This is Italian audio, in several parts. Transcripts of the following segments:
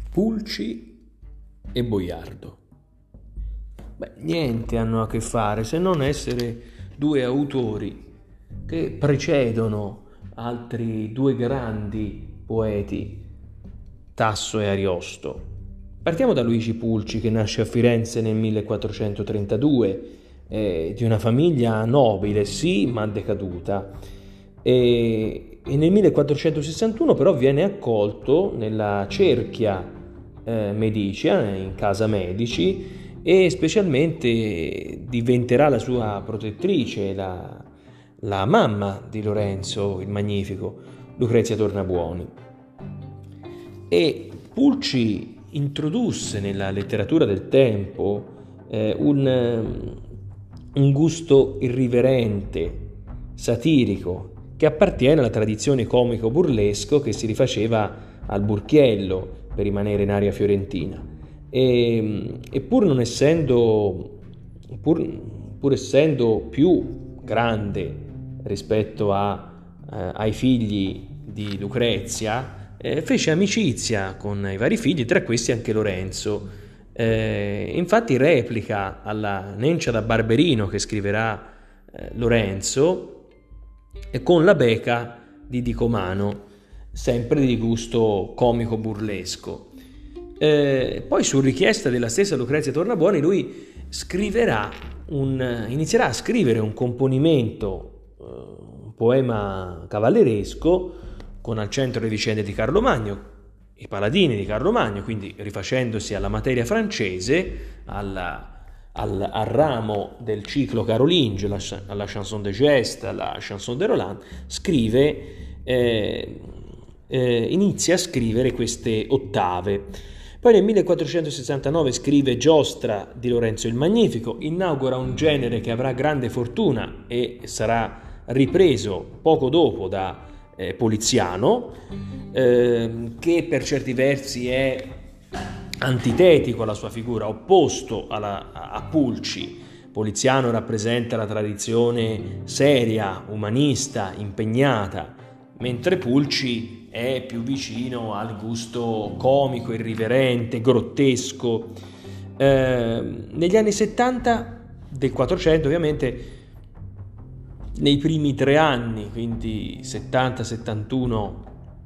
Pulci e Boiardo. Niente hanno a che fare se non essere due autori che precedono altri due grandi poeti, Tasso e Ariosto. Partiamo da Luigi Pulci, che nasce a Firenze nel 1432, di una famiglia nobile, sì, ma decaduta. E nel 1461 però viene accolto nella cerchia medicea, in casa Medici, e specialmente diventerà la sua protettrice, la mamma di Lorenzo il Magnifico, Lucrezia Tornabuoni. E Pulci introdusse nella letteratura del tempo un gusto irriverente, satirico, che appartiene alla tradizione comico-burlesco che si rifaceva al Burchiello, per rimanere in area fiorentina. E pur essendo più grande rispetto ai figli di Lucrezia, fece amicizia con i vari figli, tra questi anche Lorenzo. Infatti replica alla Nencia da Barberino che scriverà Lorenzo con la Beca di Dicomano, sempre di gusto comico burlesco. Poi, su richiesta della stessa Lucrezia Tornabuoni, lui inizierà a scrivere un componimento, un poema cavalleresco con al centro le vicende di Carlo Magno, i paladini di Carlo Magno, quindi rifacendosi alla materia francese, al ramo del ciclo carolingio, alla chanson de geste, alla chanson de Roland, inizia a scrivere queste ottave. Poi nel 1469 scrive Giostra di Lorenzo il Magnifico, inaugura un genere che avrà grande fortuna e sarà ripreso poco dopo da Poliziano, che per certi versi è antitetico alla sua figura, opposto a Pulci. Poliziano rappresenta la tradizione seria, umanista, impegnata, mentre Pulci è più vicino al gusto comico, irriverente, grottesco. Negli anni 70 del 400, ovviamente, nei primi 3 anni, quindi 70, 71,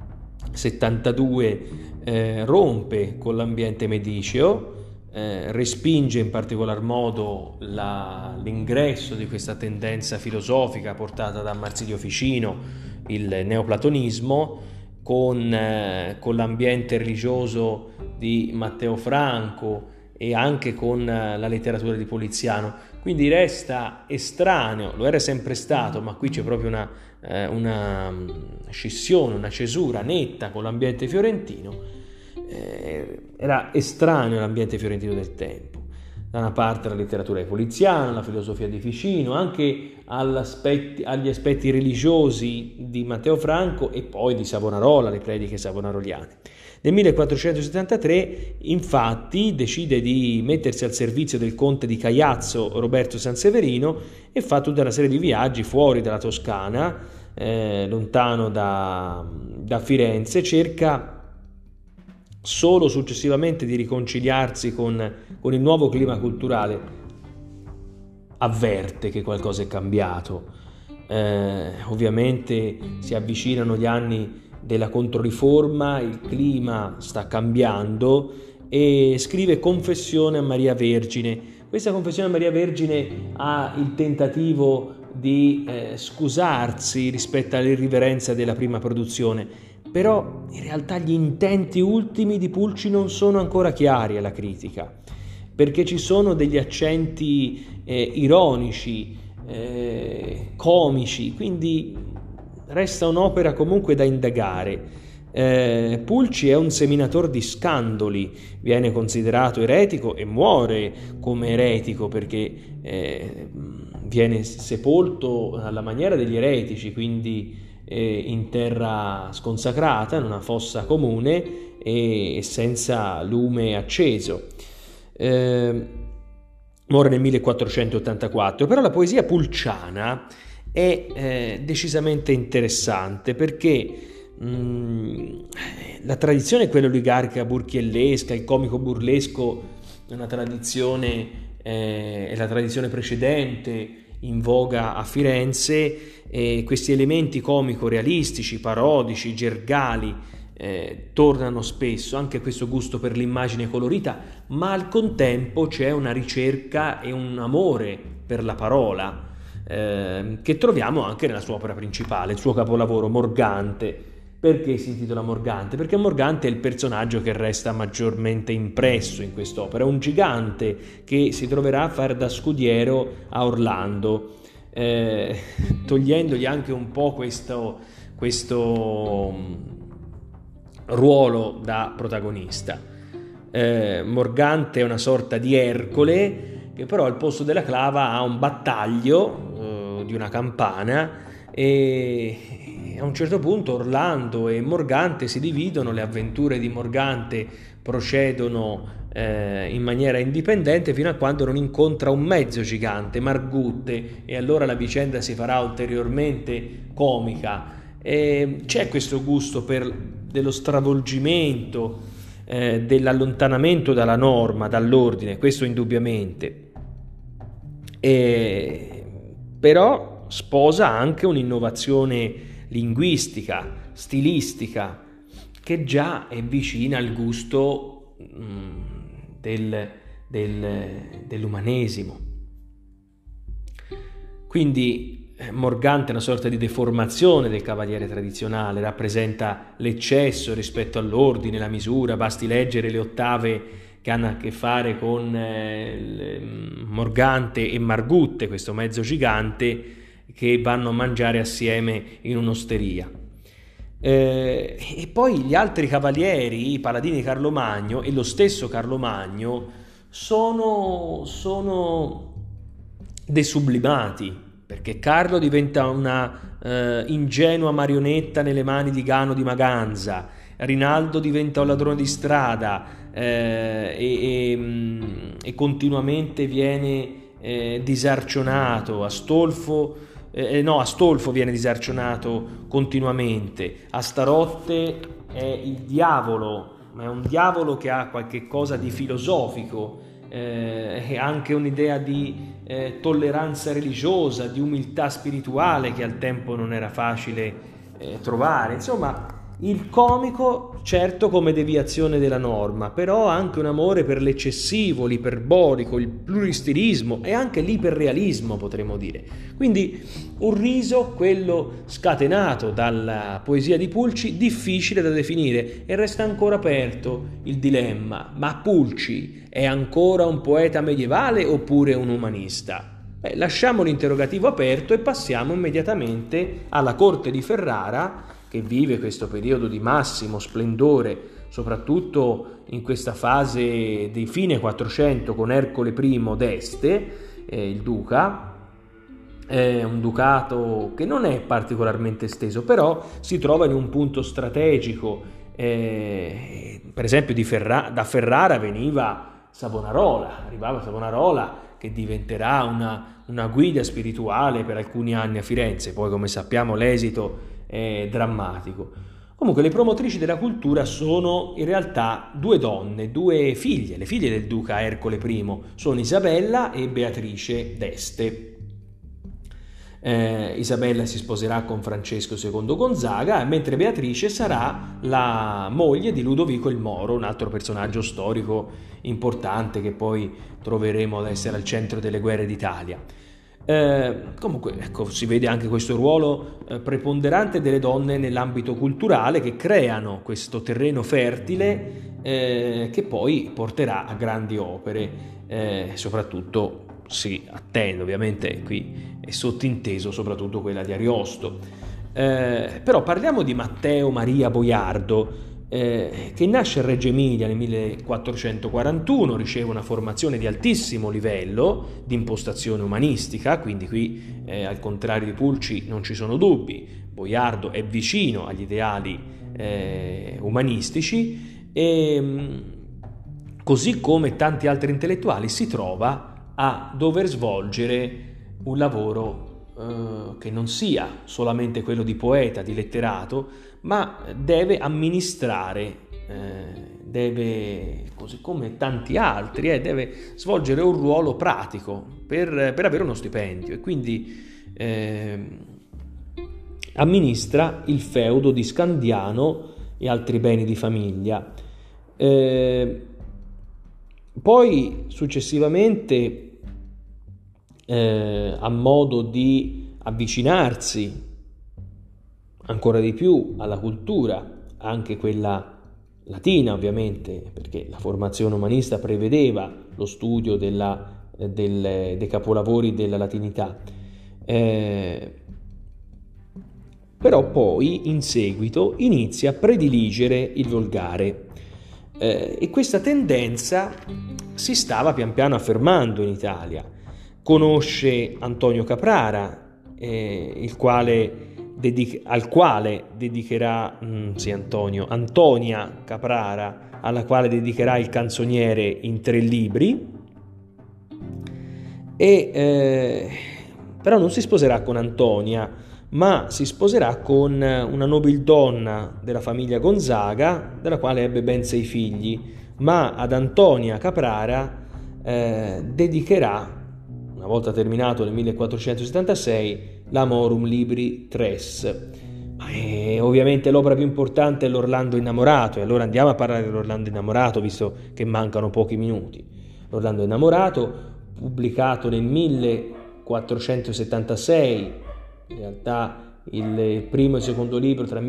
72, rompe con l'ambiente mediceo, respinge in particolar modo l'ingresso di questa tendenza filosofica portata da Marsilio Ficino, il neoplatonismo, con l'ambiente religioso di Matteo Franco e anche con la letteratura di Poliziano. Quindi resta estraneo, lo era sempre stato, ma qui c'è proprio una scissione, una cesura netta con l'ambiente fiorentino. Era estraneo all'ambiente fiorentino del tempo. Da una parte la letteratura di Poliziano, la filosofia di Ficino, anche agli aspetti religiosi di Matteo Franco e poi di Savonarola, le prediche savonaroliane. Nel 1473 infatti decide di mettersi al servizio del conte di Caiazzo, Roberto Sanseverino, e fa tutta una serie di viaggi fuori dalla Toscana, lontano da Firenze. Cerca solo successivamente di riconciliarsi con il nuovo clima culturale. Avverte che qualcosa è cambiato. Ovviamente si avvicinano gli anni della Controriforma, il clima sta cambiando, e scrive Confessione a Maria Vergine. Questa Confessione a Maria Vergine ha il tentativo di scusarsi rispetto all'irriverenza della prima produzione, però in realtà gli intenti ultimi di Pulci non sono ancora chiari alla critica, perché ci sono degli accenti ironici, comici, quindi resta un'opera comunque da indagare. Pulci è un seminator di scandoli, viene considerato eretico e muore come eretico perché viene sepolto alla maniera degli eretici, quindi in terra sconsacrata, in una fossa comune e senza lume acceso. Muore nel 1484, però la poesia pulciana è decisamente interessante perché La tradizione è quella oligarchica burchiellesca, il comico burlesco è una tradizione, è la tradizione precedente in voga a Firenze, e questi elementi comico-realistici, parodici, gergali tornano spesso, anche questo gusto per l'immagine colorita, ma al contempo c'è una ricerca e un amore per la parola che troviamo anche nella sua opera principale, il suo capolavoro Morgante. Perché si intitola Morgante? Perché Morgante è il personaggio che resta maggiormente impresso in quest'opera, è un gigante che si troverà a fare da scudiero a Orlando, togliendogli anche un po' questo ruolo da protagonista. Morgante è una sorta di Ercole che però al posto della clava ha un battaglio di una campana, e a un certo punto Orlando e Morgante si dividono, le avventure di Morgante procedono in maniera indipendente fino a quando non incontra un mezzo gigante, Margutte, e allora la vicenda si farà ulteriormente comica. C'è questo gusto dello stravolgimento, dell'allontanamento dalla norma, dall'ordine, questo indubbiamente, però sposa anche un'innovazione linguistica, stilistica, che già è vicina al gusto dell'umanesimo. Quindi Morgante è una sorta di deformazione del cavaliere tradizionale, rappresenta l'eccesso rispetto all'ordine, la misura. Basti leggere le ottave che hanno a che fare con Morgante e Margutte, questo mezzo gigante, che vanno a mangiare assieme in un'osteria. E poi gli altri cavalieri, i paladini di Carlo Magno e lo stesso Carlo Magno sono desublimati, perché Carlo diventa una ingenua marionetta nelle mani di Gano di Maganza, Rinaldo diventa un ladrone di strada e continuamente viene disarcionato. Astolfo viene disarcionato continuamente. Astarotte è il diavolo, ma è un diavolo che ha qualche cosa di filosofico, e anche un'idea di tolleranza religiosa, di umiltà spirituale che al tempo non era facile trovare. Insomma, il comico certo come deviazione della norma, però anche un amore per l'eccessivo, l'iperbolico, il pluristilismo e anche l'iperrealismo, potremmo dire. Quindi un riso, quello scatenato dalla poesia di Pulci, difficile da definire, e resta ancora aperto il dilemma: ma Pulci è ancora un poeta medievale oppure un umanista? Lasciamo l'interrogativo aperto e passiamo immediatamente alla corte di Ferrara, che vive questo periodo di massimo splendore, soprattutto in questa fase di fine 400 con Ercole I d'Este, il duca. È un ducato che non è particolarmente esteso, però si trova in un punto strategico. Per esempio da Ferrara arrivava Savonarola, che diventerà una guida spirituale per alcuni anni a Firenze. Poi, come sappiamo, l'esito è drammatico. Comunque, le promotrici della cultura sono in realtà due donne, due figlie, le figlie del duca Ercole I, sono Isabella e Beatrice d'Este. Isabella si sposerà con Francesco II Gonzaga, mentre Beatrice sarà la moglie di Ludovico il Moro, un altro personaggio storico importante che poi troveremo ad essere al centro delle guerre d'Italia. Comunque, ecco, si vede anche questo ruolo preponderante delle donne nell'ambito culturale, che creano questo terreno fertile che poi porterà a grandi opere, soprattutto si attende, ovviamente qui è sottinteso soprattutto quella di Ariosto. Però parliamo di Matteo Maria Boiardo, che nasce a Reggio Emilia nel 1441, riceve una formazione di altissimo livello, di impostazione umanistica, quindi qui al contrario di Pulci non ci sono dubbi, Boiardo è vicino agli ideali umanistici, e così come tanti altri intellettuali si trova a dover svolgere un lavoro che non sia solamente quello di poeta, di letterato, ma deve amministrare, deve, così come tanti altri, deve svolgere un ruolo pratico per avere uno stipendio, e quindi amministra il feudo di Scandiano e altri beni di famiglia. Poi successivamente, a modo di avvicinarsi ancora di più alla cultura, anche quella latina ovviamente, perché la formazione umanista prevedeva lo studio dei capolavori della latinità, però poi in seguito inizia a prediligere il volgare, e questa tendenza si stava pian piano affermando in Italia. Conosce Antonio Caprara, al quale dedicherà, Antonia Caprara, alla quale dedicherà il canzoniere in 3 libri, però non si sposerà con Antonia, ma si sposerà con una nobildonna della famiglia Gonzaga, della quale ebbe ben 6 figli, ma ad Antonia Caprara dedicherà, una volta terminato nel 1476, l'Amorum Libri Tres. Ovviamente l'opera più importante è l'Orlando Innamorato, e allora andiamo a parlare dell'Orlando Innamorato, visto che mancano pochi minuti. L'Orlando Innamorato, pubblicato nel 1476, in realtà il primo e il secondo libro nel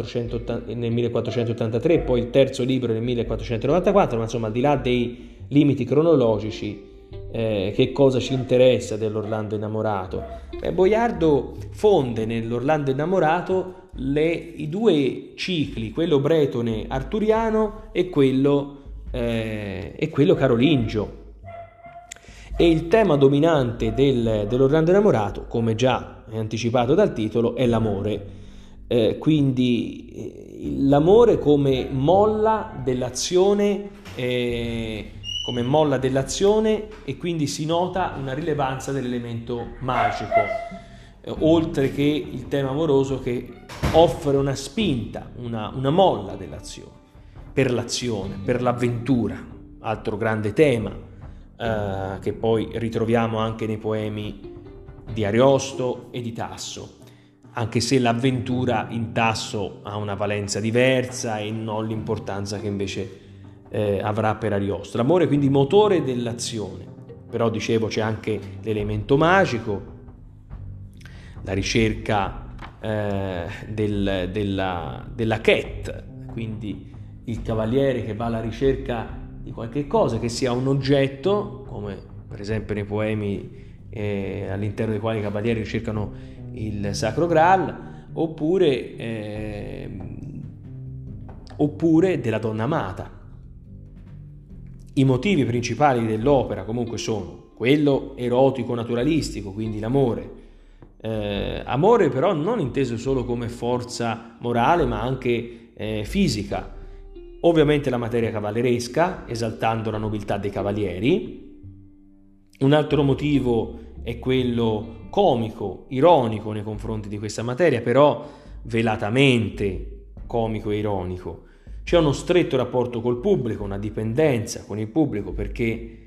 1483, poi il terzo libro nel 1494, ma insomma, al di là dei limiti cronologici, che cosa ci interessa dell'Orlando Innamorato? Boiardo fonde nell'Orlando Innamorato i 2 cicli, quello bretone arturiano e quello carolingio. E il tema dominante dell'Orlando Innamorato, come già è anticipato dal titolo, è l'amore. Quindi l'amore come molla dell'azione, e quindi si nota una rilevanza dell'elemento magico, oltre che il tema amoroso che offre una spinta, una molla dell'azione, per l'avventura, altro grande tema che poi ritroviamo anche nei poemi di Ariosto e di Tasso, anche se l'avventura in Tasso ha una valenza diversa e non l'importanza che invece avrà per Ariosto. L'amore quindi motore dell'azione, però dicevo c'è anche l'elemento magico, la ricerca della quête, quindi il cavaliere che va alla ricerca di qualche cosa, che sia un oggetto, come per esempio nei poemi all'interno dei quali i cavalieri ricercano il Sacro Graal, oppure della donna amata. I motivi principali dell'opera comunque sono quello erotico naturalistico, quindi l'amore, amore però non inteso solo come forza morale ma anche fisica, ovviamente la materia cavalleresca, esaltando la nobiltà dei cavalieri. Un altro motivo è quello comico, ironico nei confronti di questa materia, però velatamente comico e ironico. C'è uno stretto rapporto col pubblico, una dipendenza con il pubblico, perché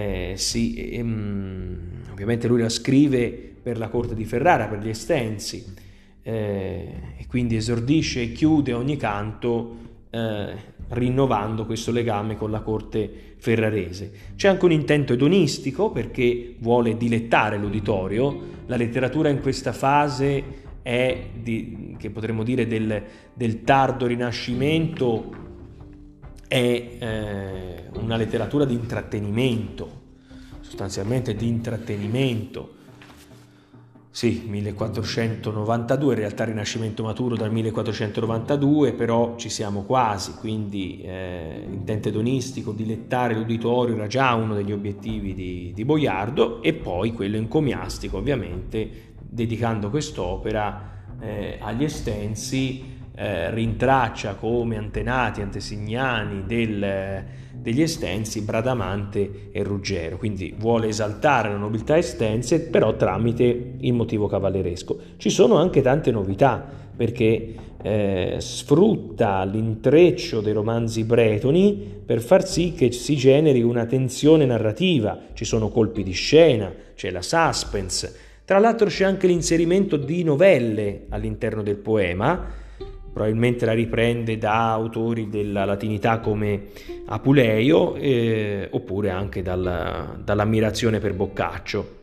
ovviamente lui la scrive per la corte di Ferrara, per gli Estensi, e quindi esordisce e chiude ogni canto rinnovando questo legame con la corte ferrarese. C'è anche un intento edonistico, perché vuole dilettare l'uditorio. La letteratura in questa fase è che potremmo dire del tardo Rinascimento, è una letteratura di intrattenimento, sostanzialmente di intrattenimento. Sì, 1492, in realtà Rinascimento maturo dal 1492, però ci siamo quasi, quindi l'intento edonistico, dilettare l'uditorio, era già uno degli obiettivi di Boiardo, e poi quello encomiastico, ovviamente, dedicando quest'opera agli Estensi, rintraccia come antenati, antesignani degli Estensi Bradamante e Ruggero, quindi vuole esaltare la nobiltà estense però tramite il motivo cavalleresco. Ci sono anche tante novità, perché sfrutta l'intreccio dei romanzi bretoni per far sì che si generi una tensione narrativa, ci sono colpi di scena, c'è la suspense, tra l'altro c'è anche l'inserimento di novelle all'interno del poema, probabilmente la riprende da autori della latinità come Apuleio, oppure anche dall'ammirazione per Boccaccio.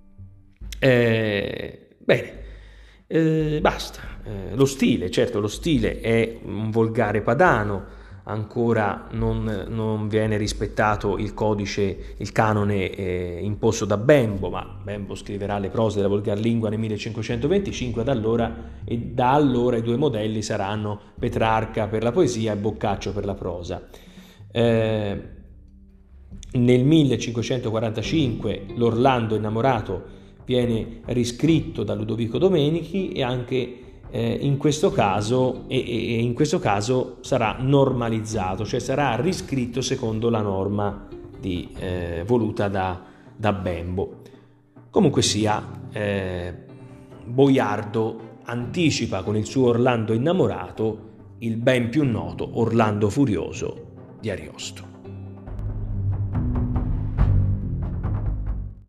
Basta. Lo stile, certo, lo stile è un volgare padano, ancora non viene rispettato il codice, il canone imposto da Bembo, ma Bembo scriverà le prose della volgarlingua nel 1525, e da allora i due modelli saranno Petrarca per la poesia e Boccaccio per la prosa. Nel 1545 l'Orlando innamorato viene riscritto da Ludovico Domenichi e anche in questo caso sarà normalizzato, cioè sarà riscritto secondo la norma voluta da Bembo. Comunque sia, Boiardo anticipa con il suo Orlando innamorato il ben più noto Orlando Furioso di Ariosto.